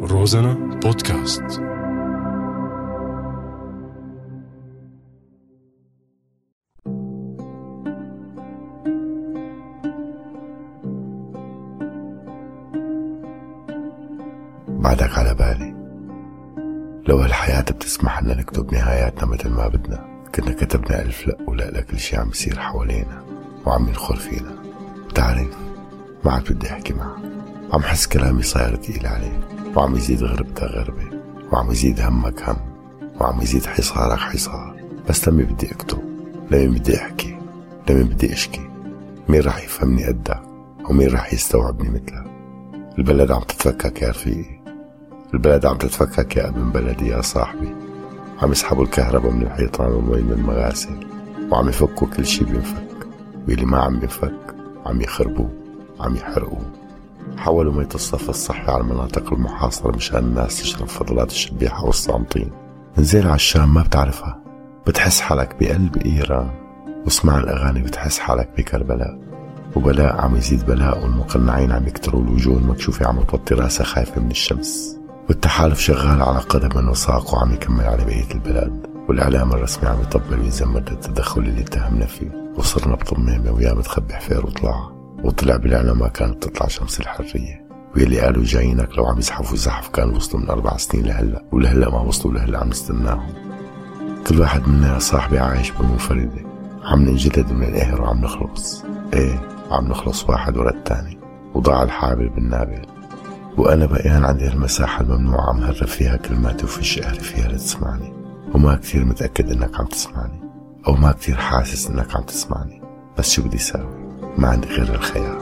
روزانا بودكاست. بعدك على بالي، لو هالحياة بتسمح لنا نكتب نهاياتنا مثل ما بدنا كنا كتبنا ألف لأ ولا لكل شي عم يصير حوالينا وعم ينخر فينا. بتعرف ما عاد بدي أحكي معك، عم حس كلامي صاير تقيل عليك، وعم يزيد غربتك غربة، وعم يزيد همك هم، وعم يزيد حصارك حصار. بس لمي بدي أكتب، لمي بدي أحكي، لمي بدي أشكي. مين رح يفهمني قدك ومين رح يستوعبني مثلك؟ البلد عم تتفكك يا رفيقي، البلد عم تتفكك يا ابن بلدي يا صاحبي. عم يسحبوا الكهرباء من الحيطان والمي من المغاسل، وعم يفكوا كل شي بينفك، واللي ما عم ينفك عم يخربوه، عم يحرقوه. حولوا مية الصرف الصحي على المناطق المحاصرة مشان الناس تشرب فضلات الشبيحة والصامتين. نزل على الشام ما بتعرفها، بتحس حالك بقلب إيران، واسمع الأغاني بتحس حالك بكربلاء. وبلاء عم يزيد بلاء، والمقنعين عم يكتروا، الوجوه المكشوفة عم توطي راسها خايفة من الشمس، والتحالف شغال على قدم وساق وعم يكمل على بقية البلاد. والإعلام الرسمي عم يطبل ويزمر للتدخل اللي اتهمنا فيه، وصرنا بطمامة ويا متخبي حفير وطلع بالإعلام ما كانت تطلع شمس الحرية. ويلي قالوا جايينك لو عم يزحفوا زحف كانوا وصلوا من 4 سنين لهلأ، ولهلأ ما وصلوا، لهلأ عم نستناهم. كل واحد منا يا صاحبي عايش بمنفردة، عم ننجلد من القهر وعم نخلص، عم نخلص واحد ورا التاني. وضاع الحابل بالنابل، وأنا بقيان عندي هالمساحة الممنوعة عم هرب فيها كلماتي وفيش أهري فيها لتسمعني. وما كتير متأكد إنك عم تسمعني، أو ما كتير حاسس إنك عم تسمعني. بس شو بدي ساوي؟ ما عندي غير الخيار.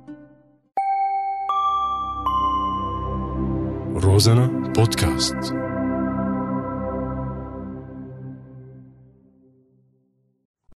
روزانا بودكاست.